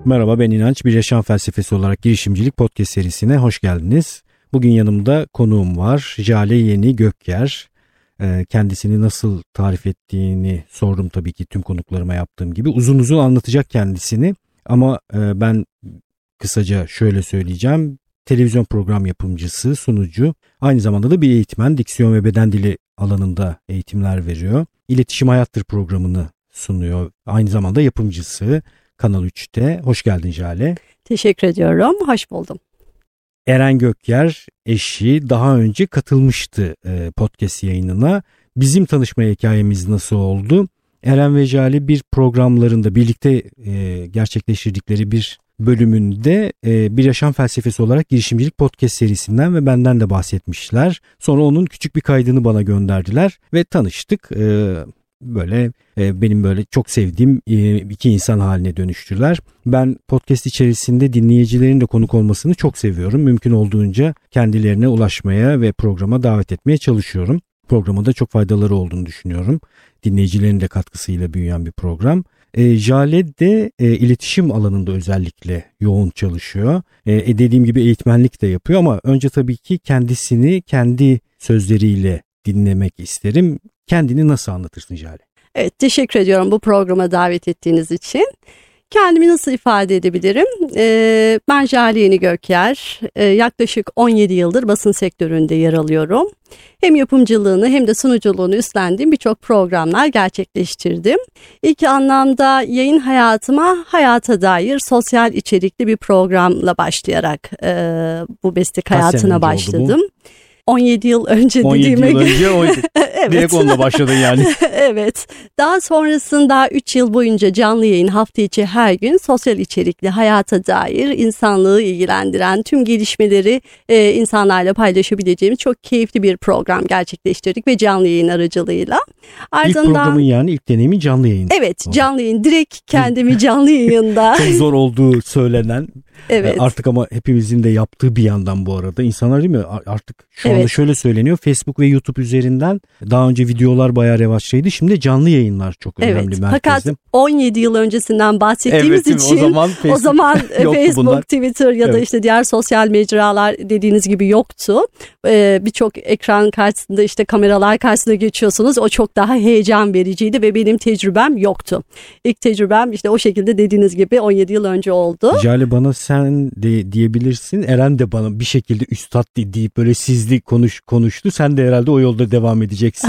Merhaba, ben İnanç. Bir Yaşam Felsefesi olarak girişimcilik podcast serisine hoş geldiniz. Bugün yanımda konuğum var. Jale Yeni Gökyer. Kendisini nasıl tarif ettiğini sordum tabii ki tüm konuklarıma yaptığım gibi. Uzun uzun anlatacak kendisini ama ben kısaca şöyle söyleyeceğim. Televizyon program yapımcısı, sunucu, aynı zamanda da bir eğitmen. Diksiyon ve beden dili alanında eğitimler veriyor. İletişim Hayattır programını sunuyor. Aynı zamanda yapımcısı. Kanal 3'te. Hoş geldin Jale. Teşekkür ediyorum. Hoş buldum. Eren Gökyer eşi daha önce katılmıştı podcast yayınına. Bizim tanışma hikayemiz nasıl oldu? Eren ve Jale bir programlarında birlikte gerçekleştirdikleri bir bölümünde bir yaşam felsefesi olarak girişimcilik podcast serisinden ve benden de bahsetmişler. Sonra onun küçük bir kaydını bana gönderdiler ve tanıştık. Böyle benim böyle çok sevdiğim iki insan haline dönüştüler. Ben podcast içerisinde dinleyicilerin de konuk olmasını çok seviyorum. Mümkün olduğunca kendilerine ulaşmaya ve programa davet etmeye çalışıyorum. Programda çok faydaları olduğunu düşünüyorum. Dinleyicilerin de katkısıyla büyüyen bir program. Jale de iletişim alanında özellikle yoğun çalışıyor. Dediğim gibi eğitmenlik de yapıyor ama önce tabii ki kendisini kendi sözleriyle dinlemek isterim. Kendini nasıl anlatırsın Jale? Evet, teşekkür ediyorum bu programa davet ettiğiniz için. Kendimi nasıl ifade edebilirim? Ben Jale Yeni Gökyer. Yaklaşık 17 yıldır basın sektöründe yer alıyorum. Hem yapımcılığını hem de sunuculuğunu üstlendiğim birçok programlar gerçekleştirdim. İlk anlamda yayın hayatıma hayata dair sosyal içerikli bir programla başlayarak bu meslek hayatına başladım. 17 yıl önce dediğime göre. 17 yıl önce evet. Direkt onunla başladın yani. Evet. Daha sonrasında 3 yıl boyunca canlı yayın hafta içi her gün sosyal içerikli hayata dair insanlığı ilgilendiren tüm gelişmeleri insanlarla paylaşabileceğimiz çok keyifli bir program gerçekleştirdik ve canlı yayın aracılığıyla. Ardından, ilk programın yani ilk deneyimi canlı yayın. Evet, canlı yayın. Direkt kendimi canlı yayında. Çok zor olduğu söylenen. Evet. Artık ama hepimizin de yaptığı bir yandan bu arada. İnsanlar değil mi artık şu anda şöyle söyleniyor. Facebook ve YouTube üzerinden daha önce videolar bayağı revaçlıydı. Şimdi canlı yayınlar çok önemli merkezde. Fakat 17 yıl öncesinden bahsettiğimiz için o zaman Facebook, Twitter ya da işte diğer sosyal mecralar dediğiniz gibi yoktu. Birçok ekran karşısında işte kameralar karşısında geçiyorsunuz. O çok daha heyecan vericiydi ve benim tecrübem yoktu. İlk tecrübem işte o şekilde dediğiniz gibi 17 yıl önce oldu. Jale bana sen de diyebilirsin. Eren de bana bir şekilde üstad deyip böyle sizli konuştu. Sen de herhalde o yolda devam edeceksin.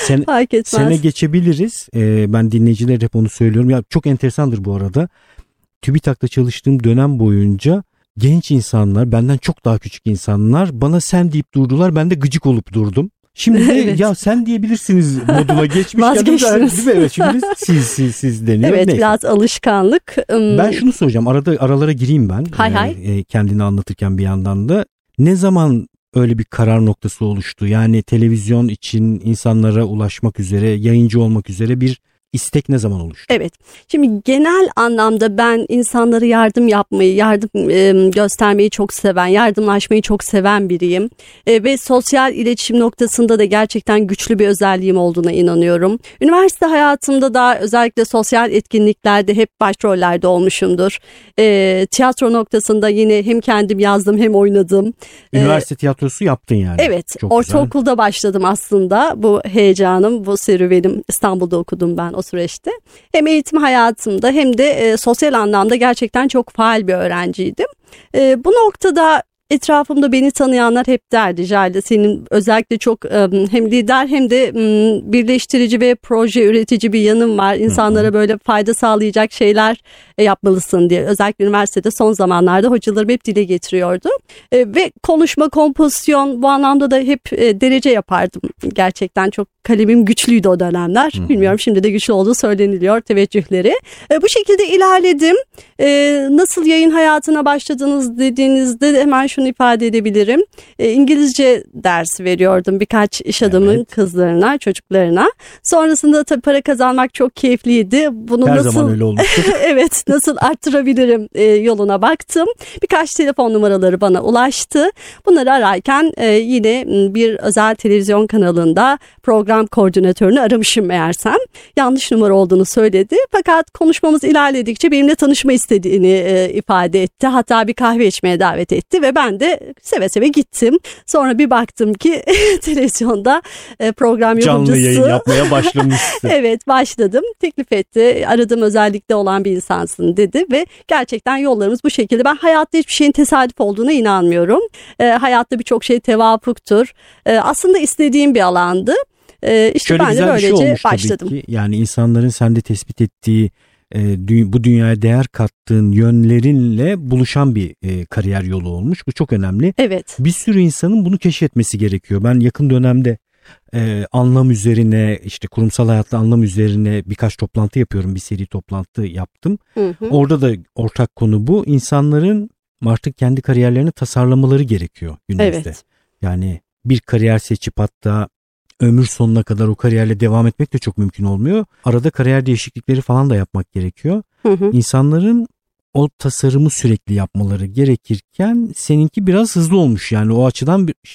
Sene geçebiliriz. Ben dinleyicilere hep onu söylüyorum. Ya çok enteresandır bu arada. TÜBİTAK'ta çalıştığım dönem boyunca genç insanlar, benden çok daha küçük insanlar bana sen deyip durdular. Ben de gıcık olup durdum. Şimdi de ya sen diyebilirsiniz moduna geçmiş. Vazgeçtiniz. Evet, şimdi siz deniyor. Evet, neyse. Biraz alışkanlık. Ben şunu soracağım. Aralara gireyim ben. Hay. Kendini anlatırken bir yandan da. Ne zaman öyle bir karar noktası oluştu? Yani televizyon için insanlara ulaşmak üzere, yayıncı olmak üzere bir istek ne zaman oluştu? Evet. Şimdi genel anlamda ben insanlara yardım yapmayı, yardım göstermeyi çok seven, yardımlaşmayı çok seven biriyim. Ve sosyal iletişim noktasında da gerçekten güçlü bir özelliğim olduğuna inanıyorum. Üniversite hayatımda da özellikle sosyal etkinliklerde hep başrollerde olmuşumdur. Tiyatro noktasında yine hem kendim yazdım hem oynadım. Üniversite tiyatrosu yaptın yani. Evet. Çok ortaokulda güzel. Başladım aslında. Bu heyecanım, bu serüvenim. İstanbul'da okudum ben o süreçte. Hem eğitim hayatımda hem de sosyal anlamda gerçekten çok faal bir öğrenciydim. Bu noktada etrafımda beni tanıyanlar hep derdi Jale, senin özellikle çok hem lider hem de birleştirici ve proje üretici bir yanın var. İnsanlara böyle fayda sağlayacak şeyler yapmalısın diye. Özellikle üniversitede son zamanlarda hocalarım hep dile getiriyordu. Ve konuşma, kompozisyon bu anlamda da hep derece yapardım. Gerçekten çok kalemim güçlüydü o dönemler. Bilmiyorum, şimdi de güçlü olduğu söyleniliyor teveccühleri. Bu şekilde ilerledim. Nasıl yayın hayatına başladınız dediğinizde hemen şunu şunu ifade edebilirim. İngilizce dersi veriyordum birkaç iş adamının kızlarına, çocuklarına. Sonrasında tabii para kazanmak çok keyifliydi. Bunu Her nasıl, zaman öyle olmuştu. evet, nasıl arttırabilirim yoluna baktım. Birkaç telefon numaraları bana ulaştı. Bunları ararken yine bir özel televizyon kanalında program koordinatörünü aramışım meğersem. Yanlış numara olduğunu söyledi. Fakat konuşmamız ilerledikçe benimle tanışma istediğini ifade etti. Hatta bir kahve içmeye davet etti ve ben de seve seve gittim. Sonra bir baktım ki televizyonda program yapımcısı. Canlı yayın yapmaya başlamışsın. Evet, başladım. Teklif etti. Aradığım özellikle olan bir insansın dedi ve gerçekten yollarımız bu şekilde. Ben hayatta hiçbir şeyin tesadüf olduğuna inanmıyorum. Hayatta birçok şey tevafuktur. Aslında istediğim bir alandı. İşte şöyle ben de böylece başladım. Tabii ki. Yani insanların sende tespit ettiği bu dünyaya değer kattığın yönlerinle buluşan bir kariyer yolu olmuş. Bu çok önemli. Evet. Bir sürü insanın bunu keşfetmesi gerekiyor. Ben yakın dönemde anlam üzerine, işte kurumsal hayatla anlam üzerine birkaç toplantı yapıyorum. Bir seri toplantı yaptım. Orada da ortak konu bu. İnsanların artık kendi kariyerlerini tasarlamaları gerekiyor günümüzde. Evet. Yani bir kariyer seçip hatta ömür sonuna kadar o kariyerle devam etmek de çok mümkün olmuyor. Arada kariyer değişiklikleri falan da yapmak gerekiyor. İnsanların o tasarımı sürekli yapmaları gerekirken seninki biraz hızlı olmuş. Yani o açıdan bir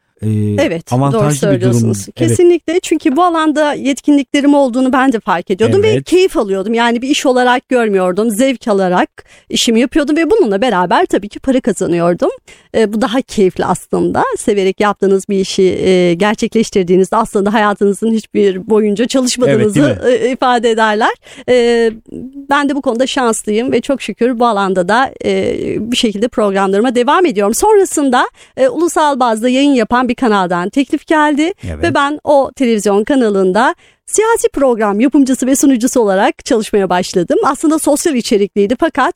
evet, avantajlı bir durum. Kesinlikle, evet. Çünkü bu alanda yetkinliklerim olduğunu ben de fark ediyordum ve keyif alıyordum. Yani bir iş olarak görmüyordum, zevk alarak işimi yapıyordum ve bununla beraber tabii ki para kazanıyordum. Bu daha keyifli aslında. Severek yaptığınız bir işi gerçekleştirdiğinizde aslında hayatınızın hiçbir boyunca çalışmadığınızı ifade ederler. Ben de bu konuda şanslıyım ve çok şükür bu alanda da bir şekilde programlarıma devam ediyorum. Sonrasında ulusal bazda yayın yapan bir kanaldan teklif geldi ve ben o televizyon kanalında siyasi program yapımcısı ve sunucusu olarak çalışmaya başladım. Aslında sosyal içerikliydi fakat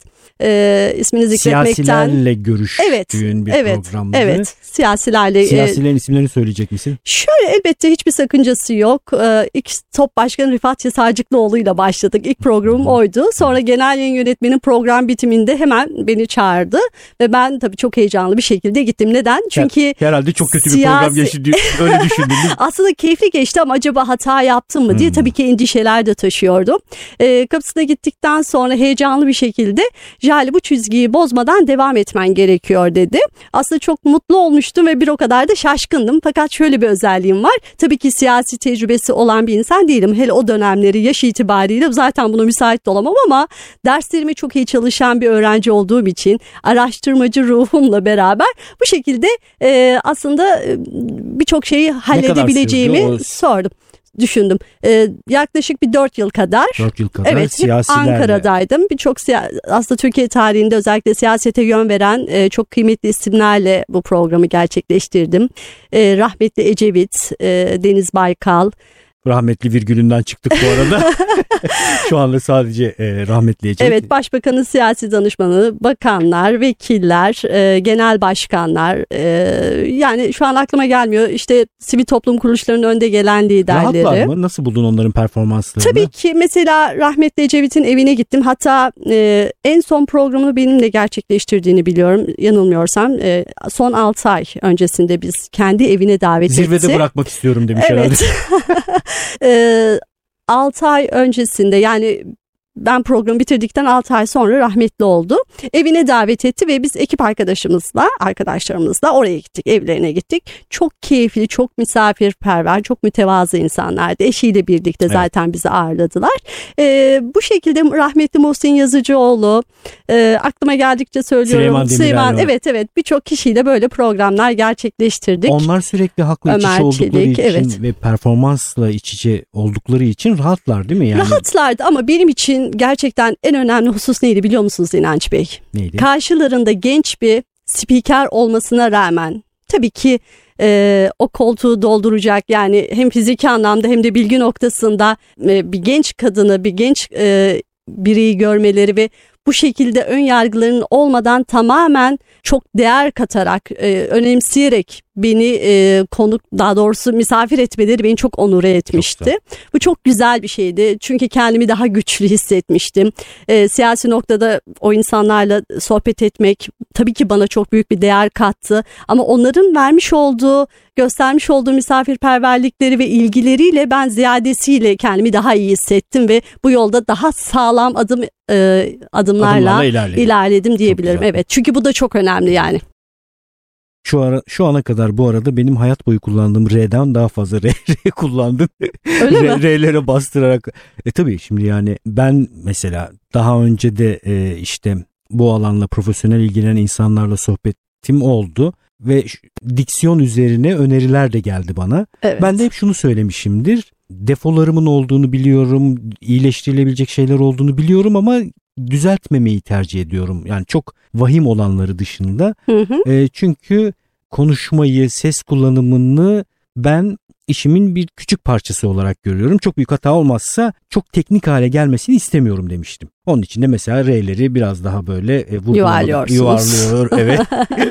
ismini zikretmekten... Siyasilerle görüştüğün bir programdı. Evet, siyasilerle... Siyasilerin isimlerini söyleyecek misin? Şöyle, elbette hiçbir sakıncası yok. İlk Top Başkanı Rifat Yasarcıklıoğlu ile başladık. İlk programım oydu. Sonra genel yayın yönetmenin program bitiminde hemen beni çağırdı. Ve ben tabii çok heyecanlı bir şekilde gittim. Neden? Çünkü... Herhalde çok kötü bir program geçti. Öyle düşündün değil mi? Aslında keyifli geçti ama acaba hata yaptım mı diye tabii ki endişeler de taşıyordum. Kapısına gittikten sonra heyecanlı bir şekilde Jale, bu çizgiyi bozmadan devam etmen gerekiyor dedi. Aslında çok mutlu olmuştum ve bir o kadar da şaşkındım. Fakat şöyle bir özelliğim var. Tabii ki siyasi tecrübesi olan bir insan değilim. Hele o dönemleri yaş itibariyle zaten buna müsait de olamam ama derslerime çok iyi çalışan bir öğrenci olduğum için araştırmacı ruhumla beraber bu şekilde aslında birçok şeyi halledebileceğimi düşündüm. Yaklaşık bir 4 yıl kadar. 4 yıl kadar evet, siyasilerle. Ankara'daydım. Birçok aslında Türkiye tarihinde özellikle siyasete yön veren çok kıymetli isimlerle bu programı gerçekleştirdim. Rahmetli Ecevit, Deniz Baykal. Rahmetli virgülünden çıktık bu arada. Şu anda sadece rahmetli Ecevit. Evet, başbakanın siyasi danışmanı, bakanlar, vekiller, genel başkanlar, yani şu an aklıma gelmiyor. İşte sivil toplum kuruluşlarının önde gelen liderleri. Rahatlar mı? Nasıl buldun onların performanslarını? Tabii ki mesela rahmetli Ecevit'in evine gittim. Hatta en son programını benimle gerçekleştirdiğini biliyorum. Yanılmıyorsam son 6 ay öncesinde biz kendi evine davet etti. Zirvede bırakmak istiyorum demiş herhalde. 6 ay öncesinde, yani ben programı bitirdikten 6 ay sonra rahmetli oldu. Evine davet etti ve biz ekip arkadaşlarımızla oraya gittik, evlerine gittik. Çok keyifli, çok misafirperver, çok mütevazı insanlardı. Eşiyle birlikte zaten bizi ağırladılar. Bu şekilde rahmetli Muhsin Yazıcıoğlu, aklıma geldikçe söylüyorum. Süleyman, evet, birçok kişiyle böyle programlar gerçekleştirdik. Onlar sürekli haklı iç içe oldukları için ve performansla iç içe oldukları için rahatlar değil mi? Yani... Rahatlardı ama benim için gerçekten en önemli husus neydi biliyor musunuz İnanç Bey? Neydi? Karşılarında genç bir spiker olmasına rağmen tabii ki o koltuğu dolduracak, yani hem fiziki anlamda hem de bilgi noktasında bir genç kadını, bir genç bireyi görmeleri ve bu şekilde ön yargılarının olmadan tamamen çok değer katarak, önemseyerek beni daha doğrusu misafir etmeleri beni çok onur etmişti. Bu çok güzel bir şeydi. Çünkü kendimi daha güçlü hissetmiştim. Siyasi noktada o insanlarla sohbet etmek tabii ki bana çok büyük bir değer kattı. Ama onların göstermiş olduğu misafirperverlikleri ve ilgileriyle ben ziyadesiyle kendimi daha iyi hissettim ve bu yolda daha sağlam adımlarla ilerledim diyebilirim. Evet, çünkü bu da çok önemli yani. Şu ana kadar bu arada benim hayat boyu kullandığım R'den daha fazla R kullandım. Öyle mi? R'lere bastırarak. Tabii şimdi yani ben mesela daha önce de işte bu alanla profesyonel ilgilenen insanlarla sohbetim oldu. Ve diksiyon üzerine öneriler de geldi bana. Evet. Ben de hep şunu söylemişimdir. Defolarımın olduğunu biliyorum, iyileştirilebilecek şeyler olduğunu biliyorum ama düzeltmemeyi tercih ediyorum. Yani çok vahim olanları dışında. Çünkü konuşmayı, ses kullanımını ben işimin bir küçük parçası olarak görüyorum. Çok büyük hata olmazsa çok teknik hale gelmesini istemiyorum demiştim. Onun için de mesela R'leri biraz daha böyle yuvarlıyor. Evet.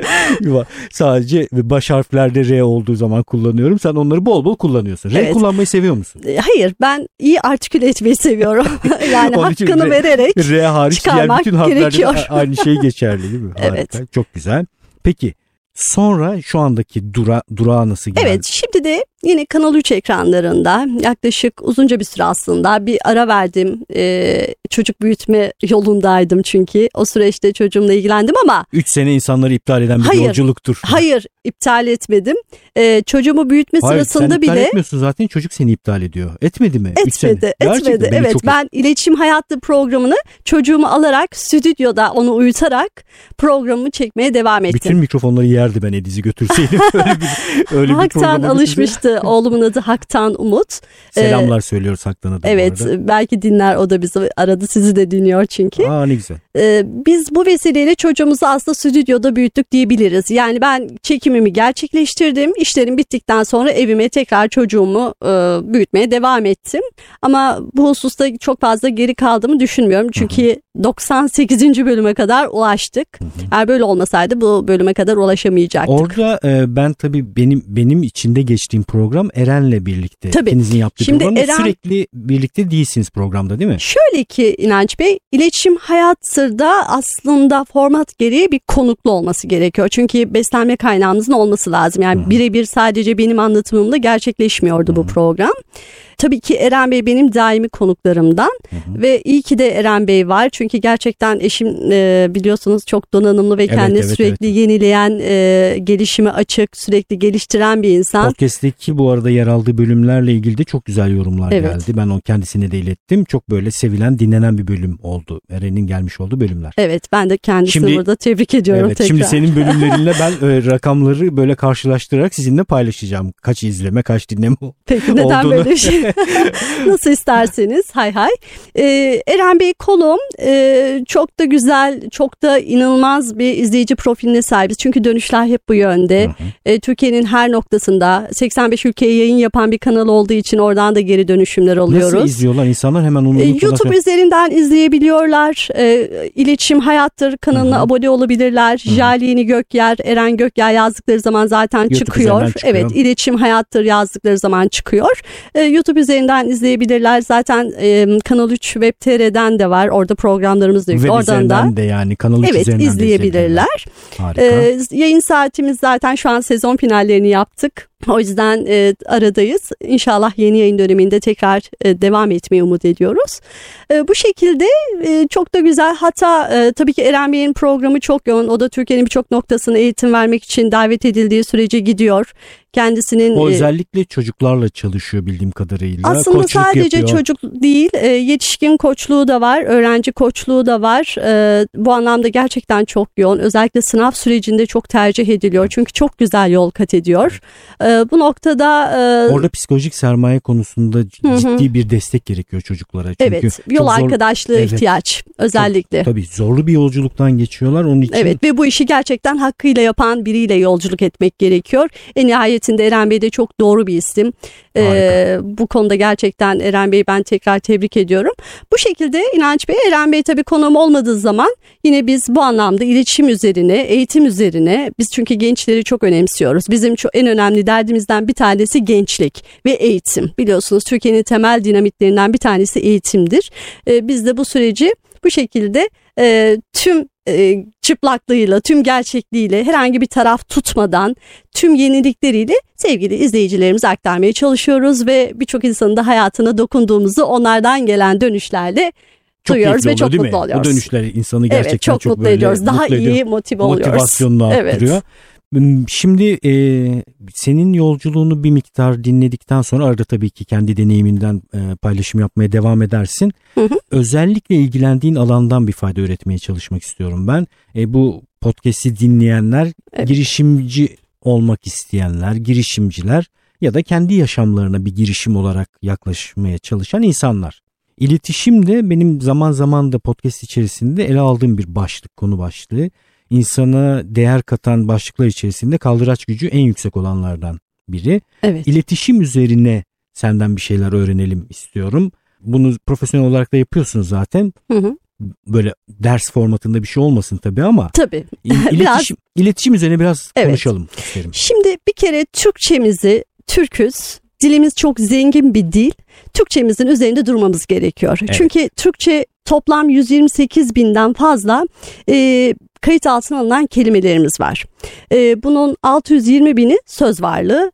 Sadece baş harflerde R olduğu zaman kullanıyorum. Sen onları bol bol kullanıyorsun. R kullanmayı seviyor musun? Hayır, ben iyi artiküle etmeyi seviyorum. Yani hakkını vererek R hariç çıkarmak bütün gerekiyor. Aynı şey geçerli değil mi? Evet. Harika, çok güzel. Peki sonra şu andaki durağa nasıl geldi? Evet, şimdi de yine Kanal 3 ekranlarında yaklaşık uzunca bir süre aslında bir ara verdim. Çocuk büyütme yolundaydım çünkü. O süreçte çocuğumla ilgilendim ama 3 sene insanları iptal eden bir yolculuktur. Hayır, iptal etmedim. Çocuğumu büyütme sırasında bile... Sen iptal etmiyorsun zaten, çocuk seni iptal ediyor. Etmedi mi? Etmedi. Evet, ben İletişim Hayatı programını çocuğumu alarak stüdyoda onu uyutarak programımı çekmeye devam ettim. Bütün mikrofonları yerdi ben Ediz'i götürseydim. öyle bir Haktan alışmıştı. Oğlumun adı Haktan Umut. Selamlar söylüyoruz Haktan'a da. Evet, belki dinler, o da bizi aradı, sizi de dinliyor çünkü. Ne güzel. Biz bu vesileyle çocuğumuzu aslında stüdyoda büyüttük diyebiliriz. Yani ben çekimimi gerçekleştirdim. İşlerim bittikten sonra evime tekrar çocuğumu büyütmeye devam ettim. Ama bu hususta çok fazla geri kaldığımı düşünmüyorum. Çünkü 98. bölüme kadar ulaştık. Eğer böyle olmasaydı bu bölüme kadar ulaşamayacaktık. Orada ben tabii benim içinde geçtiğim program Eren'le birlikte. Tabii. İkinizin yaptığı program. Sürekli birlikte değilsiniz programda değil mi? Şöyle ki İnanç Bey, İletişim Hayat'ta aslında format gereği bir konuklu olması gerekiyor. Çünkü beslenme kaynağımızın olması lazım. Yani birebir sadece benim anlatımımla gerçekleşmiyordu bu program. Tabii ki Eren Bey benim daimi konuklarımdan ve iyi ki de Eren Bey var. Çünkü gerçekten eşim biliyorsunuz çok donanımlı ve kendini sürekli yenileyen, gelişime açık, sürekli geliştiren bir insan. Podcast'teki bu arada yer aldığı bölümlerle ilgili de çok güzel yorumlar geldi. Ben o kendisine de ilettim. Çok böyle sevilen, dinlenen bir bölüm oldu. Eren'in gelmiş olduğu bölümler. Evet, ben de kendisini burada tebrik ediyorum tekrar. Şimdi senin bölümlerinle ben rakamları böyle karşılaştırarak sizinle paylaşacağım. Kaç izleme, kaç dinleme Peki neden olduğunu. böyle bir şey? Nasıl isterseniz. Hay. Eren Bey konuğum, çok da güzel, çok da inanılmaz bir izleyici profiline sahibiz. Çünkü dönüşler hep bu yönde. Türkiye'nin her noktasında 85 ülkeye yayın yapan bir kanal olduğu için oradan da geri dönüşümler alıyoruz. Nasıl izliyorlar insanlar? Hemen onu YouTube üzerinden izleyebiliyorlar. İletişim Hayattır kanalına abone olabilirler. Jalini Gökyer, Eren Gökyer yazdıkları zaman zaten çıkıyor. Evet, İletişim Hayattır yazdıkları zaman çıkıyor. YouTube üzerinden izleyebilirler. Zaten Kanal 3 Web TR'den de var. Orada programlarımız da yüklü. Oradan da de yani Kanal 3 üzerinden izleyebilirler. Harika. Yayın saatimiz zaten şu an sezon finallerini yaptık. O yüzden aradayız. İnşallah yeni yayın döneminde tekrar devam etmeyi umut ediyoruz. Bu şekilde çok da güzel. Hatta tabii ki Eren Bey'in programı çok yoğun. O da Türkiye'nin birçok noktasına eğitim vermek için davet edildiği sürece gidiyor. Kendisinin o özellikle çocuklarla çalışıyor bildiğim kadarıyla. Aslında koçluk sadece yapıyor. Çocuk değil, yetişkin koçluğu da var, öğrenci koçluğu da var. Bu anlamda gerçekten çok yoğun. Özellikle sınav sürecinde çok tercih ediliyor. Çünkü çok güzel yol kat ediyor. Bu noktada orada psikolojik sermaye konusunda ciddi bir destek gerekiyor çocuklara. Çünkü yol arkadaşlığı ihtiyaç. özellikle. Tabii zorlu bir yolculuktan geçiyorlar onun için. Evet ve bu işi gerçekten hakkıyla yapan biriyle yolculuk etmek gerekiyor. En nihayetinde Eren Bey de çok doğru bir isim. Bu konuda gerçekten Eren Bey'i ben tekrar tebrik ediyorum. Bu şekilde İnanç Bey, Eren Bey tabii konuğum olmadığı zaman yine biz bu anlamda iletişim üzerine, eğitim üzerine, biz çünkü gençleri çok önemsiyoruz. Bizim en önemli derdimizden bir tanesi gençlik ve eğitim. Biliyorsunuz Türkiye'nin temel dinamitlerinden bir tanesi eğitimdir. Biz de bu süreci bu şekilde tüm çıplaklığıyla, tüm gerçekliğiyle, herhangi bir taraf tutmadan, tüm yenilikleriyle sevgili izleyicilerimize aktarmaya çalışıyoruz ve birçok insanın da hayatına dokunduğumuzu onlardan gelen dönüşlerle duyuyoruz ve çok mutlu oluyoruz. Bu dönüşler insanı gerçekten çok mutlu ediyoruz. Daha iyi motive oluyoruz. Motivasyonunu arttırıyor. Evet. Şimdi senin yolculuğunu bir miktar dinledikten sonra arada tabii ki kendi deneyiminden paylaşım yapmaya devam edersin. Özellikle ilgilendiğin alandan bir fayda üretmeye çalışmak istiyorum ben. Bu podcast'i dinleyenler, girişimci olmak isteyenler, girişimciler ya da kendi yaşamlarına bir girişim olarak yaklaşmaya çalışan insanlar. İletişim de benim zaman zaman da podcast içerisinde ele aldığım bir başlık, konu başlığı. İnsana değer katan başlıklar içerisinde kaldıraç gücü en yüksek olanlardan biri. Evet. İletişim üzerine senden bir şeyler öğrenelim istiyorum. Bunu profesyonel olarak da yapıyorsunuz zaten. Böyle ders formatında bir şey olmasın tabii ama. Tabii. İletişim üzerine biraz konuşalım isterim. Şimdi bir kere Türkçemizi, Türküz, dilimiz çok zengin bir dil. Türkçemizin üzerinde durmamız gerekiyor. Evet. Çünkü Türkçe toplam 128 binden fazla kayıt altına alınan kelimelerimiz var. Bunun 620 bini söz varlığı.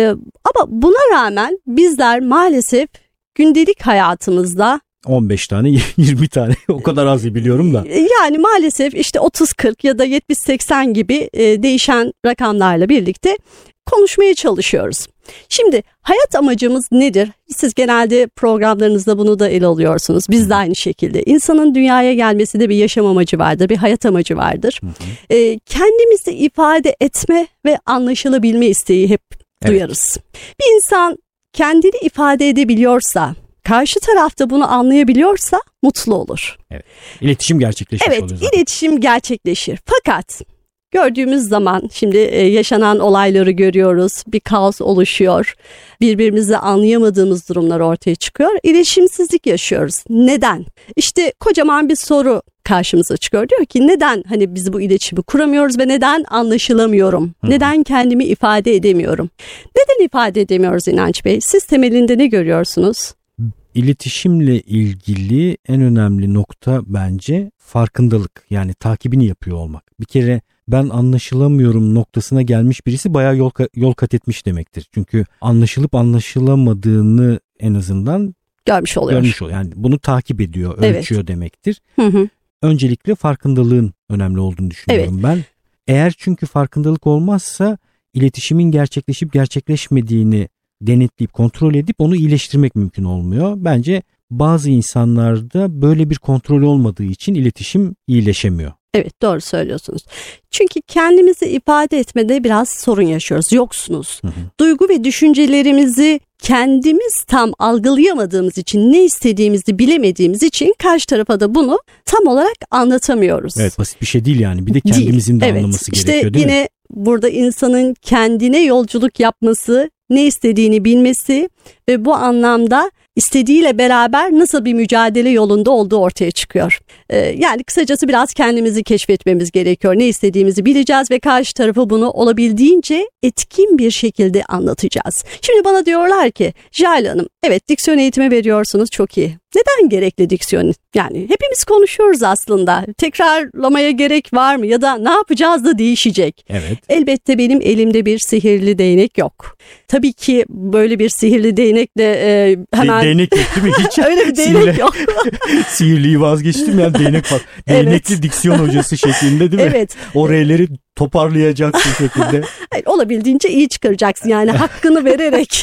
Ama buna rağmen bizler maalesef gündelik hayatımızda 15 tane 20 tane o kadar az biliyorum da. Yani maalesef işte 30-40 ya da 70-80 gibi değişen rakamlarla birlikte konuşmaya çalışıyoruz. Şimdi hayat amacımız nedir? Siz genelde programlarınızda bunu da ele alıyorsunuz. Biz de aynı şekilde. İnsanın dünyaya gelmesi de bir yaşam amacı vardır, bir hayat amacı vardır. Kendimizi ifade etme ve anlaşılabilme isteği hep duyarız. Bir insan kendini ifade edebiliyorsa, karşı tarafta bunu anlayabiliyorsa mutlu olur. Evet. İletişim gerçekleşmiş oluyor zaten. Evet, iletişim gerçekleşir. Fakat gördüğümüz zaman şimdi yaşanan olayları görüyoruz. Bir kaos oluşuyor. Birbirimizi anlayamadığımız durumlar ortaya çıkıyor. İletişimsizlik yaşıyoruz. Neden? İşte kocaman bir soru karşımıza çıkıyor. Diyor ki neden hani biz bu iletişimi kuramıyoruz ve neden anlaşılamıyorum? Neden kendimi ifade edemiyorum? Neden ifade edemiyoruz İnanç Bey? Siz temelinde ne görüyorsunuz? İletişimle ilgili en önemli nokta bence farkındalık, yani takibini yapıyor olmak. Bir kere ben anlaşılamıyorum noktasına gelmiş birisi bayağı yol kat etmiş demektir. Çünkü anlaşılıp anlaşılamadığını en azından görmüş oluyor. Yani bunu takip ediyor, ölçüyor demektir. Öncelikle farkındalığın önemli olduğunu düşünüyorum ben. Eğer çünkü farkındalık olmazsa iletişimin gerçekleşip gerçekleşmediğini denetleyip kontrol edip onu iyileştirmek mümkün olmuyor. Bence bazı insanlarda böyle bir kontrol olmadığı için iletişim iyileşemiyor. Evet, doğru söylüyorsunuz. Çünkü kendimizi ifade etmede biraz sorun yaşıyoruz. Yoksunuz. Duygu ve düşüncelerimizi kendimiz tam algılayamadığımız için, ne istediğimizi bilemediğimiz için karşı tarafa da bunu tam olarak anlatamıyoruz. Evet, basit bir şey değil yani. Bir de kendimizin de anlaması gerekiyor değil mi? Yine burada insanın kendine yolculuk yapması, ne istediğini bilmesi ve bu anlamda istediğiyle beraber nasıl bir mücadele yolunda olduğu ortaya çıkıyor. Yani kısacası biraz kendimizi keşfetmemiz gerekiyor. Ne istediğimizi bileceğiz ve karşı tarafı bunu olabildiğince etkin bir şekilde anlatacağız. Şimdi bana diyorlar ki Jale Hanım, evet diksiyon eğitimi veriyorsunuz, çok iyi. Neden gerekli diksiyon? Yani hepimiz konuşuyoruz aslında. Tekrarlamaya gerek var mı ya da ne yapacağız da değişecek? Evet. Elbette benim elimde bir sihirli değnek yok. Tabii ki böyle bir sihirli değnekle hemen... Değnek yok değil mi? Hiç öyle bir değnek yok. Sihirliyi vazgeçtim yani değnek var. Değnekli diksiyon hocası şeklinde değil mi? Evet. O R'leri toparlayacaksın şekilde. Hayır, olabildiğince iyi çıkaracaksın yani hakkını vererek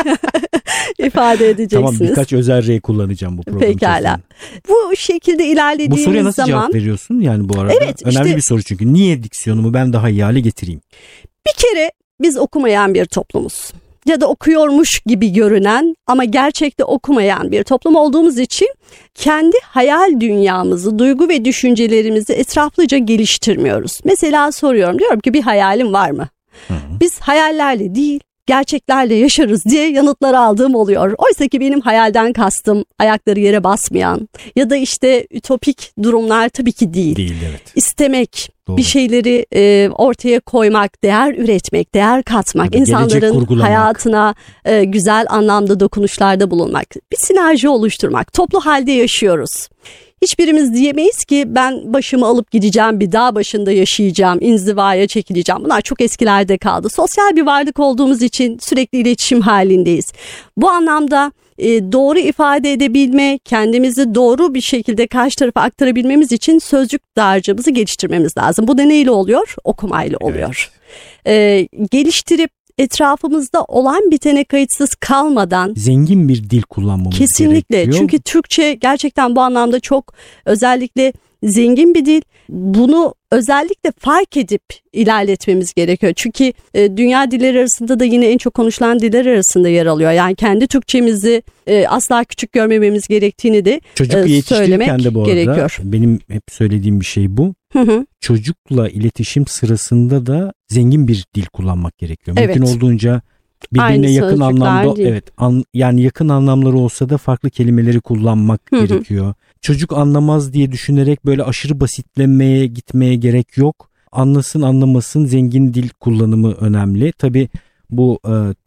ifade edeceksiniz. Tamam, birkaç özel R kullanacağım bu program Pekala. içerisinde. Bu şekilde ilerlediğimiz zaman... Bu soruya nasıl cevap veriyorsun yani bu arada? Evet, önemli bir soru çünkü. Niye diksiyonumu ben daha iyi hale getireyim? Bir kere biz okumayan bir toplumuz. ya da okuyormuş gibi görünen ama gerçekte okumayan bir toplum olduğumuz için kendi hayal dünyamızı, duygu ve düşüncelerimizi etraflıca geliştirmiyoruz. Mesela soruyorum, diyorum ki bir hayalin var mı? Biz hayallerle değil, gerçeklerle yaşarız diye yanıtlar aldığım oluyor. Oysa ki benim hayalden kastım ayakları yere basmayan ya da işte ütopik durumlar tabii ki değil. Değil, evet. İstemek, doğru. Bir şeyleri ortaya koymak, değer üretmek, değer katmak, Tabii, insanların hayatına güzel anlamda dokunuşlarda bulunmak, bir sinerji oluşturmak. Toplu halde yaşıyoruz. Hiçbirimiz diyemeyiz ki ben başımı alıp gideceğim, bir dağ başında yaşayacağım, inzivaya çekileceğim. Bunlar çok eskilerde kaldı. Sosyal bir varlık olduğumuz için sürekli iletişim halindeyiz. Bu anlamda doğru ifade edebilme, kendimizi doğru bir şekilde karşı tarafa aktarabilmemiz için sözcük dağarcığımızı geliştirmemiz lazım. Bu da neyle oluyor? Okumayla oluyor. Evet. Geliştirip etrafımızda olan bitene kayıtsız kalmadan zengin bir dil kullanmamız kesinlikle gerekiyor. Çünkü Türkçe gerçekten bu anlamda çok özellikle zengin bir dil. Bunu özellikle fark edip ilerletmemiz gerekiyor. Çünkü dünya dilleri arasında da yine en çok konuşulan diller arasında yer alıyor. Yani kendi Türkçemizi asla küçük görmememiz gerektiğini de söylemek de bu arada, gerekiyor. Benim hep söylediğim bir şey bu. Çocukla iletişim sırasında da zengin bir dil kullanmak gerekiyor. Evet. Mümkün olduğunca birbirine yakın anlamda yani yakın anlamları olsa da farklı kelimeleri kullanmak gerekiyor. Çocuk anlamaz diye düşünerek böyle aşırı basitlemeye gitmeye gerek yok. Anlasın anlamasın, zengin dil kullanımı önemli. Tabii bu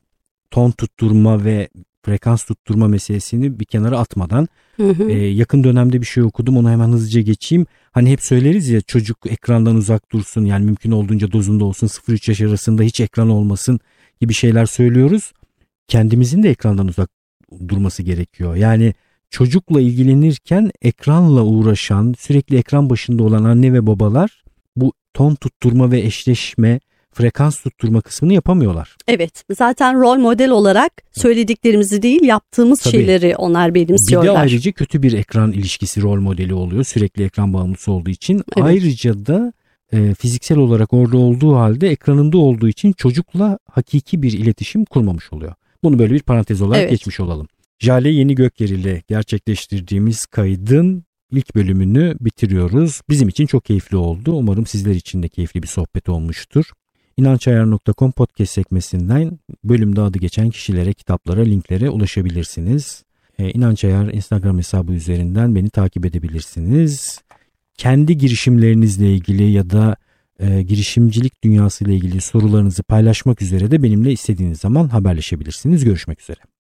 ton tutturma ve frekans tutturma meselesini bir kenara atmadan yakın dönemde bir şey okudum, onu hemen hızlıca geçeyim. Hani hep söyleriz ya, çocuk ekrandan uzak dursun, yani mümkün olduğunca dozunda olsun, 0-3 yaş arasında hiç ekran olmasın gibi şeyler söylüyoruz. Kendimizin de ekrandan uzak durması gerekiyor. Yani çocukla ilgilenirken ekranla uğraşan, sürekli ekran başında olan anne ve babalar bu ton tutturma ve eşleşme, frekans tutturma kısmını yapamıyorlar. Evet, zaten rol model olarak söylediklerimizi değil, yaptığımız şeyleri onlar benimsiyorlar. Bir de ayrıca kötü bir ekran ilişkisi rol modeli oluyor, sürekli ekran bağımlısı olduğu için. Evet. Ayrıca da fiziksel olarak orada olduğu halde ekranında olduğu için çocukla hakiki bir iletişim kurmamış oluyor. Bunu böyle bir parantez olarak geçmiş olalım. Jale Yeni Gökyer ile gerçekleştirdiğimiz kaydın ilk bölümünü bitiriyoruz. Bizim için çok keyifli oldu. Umarım sizler için de keyifli bir sohbet olmuştur. İnançayar.com podcast sekmesinden bölümde adı geçen kişilere, kitaplara, linklere ulaşabilirsiniz. İnançayar Instagram hesabı üzerinden beni takip edebilirsiniz. Kendi girişimlerinizle ilgili ya da girişimcilik dünyası ile ilgili sorularınızı paylaşmak üzere de benimle istediğiniz zaman haberleşebilirsiniz. Görüşmek üzere.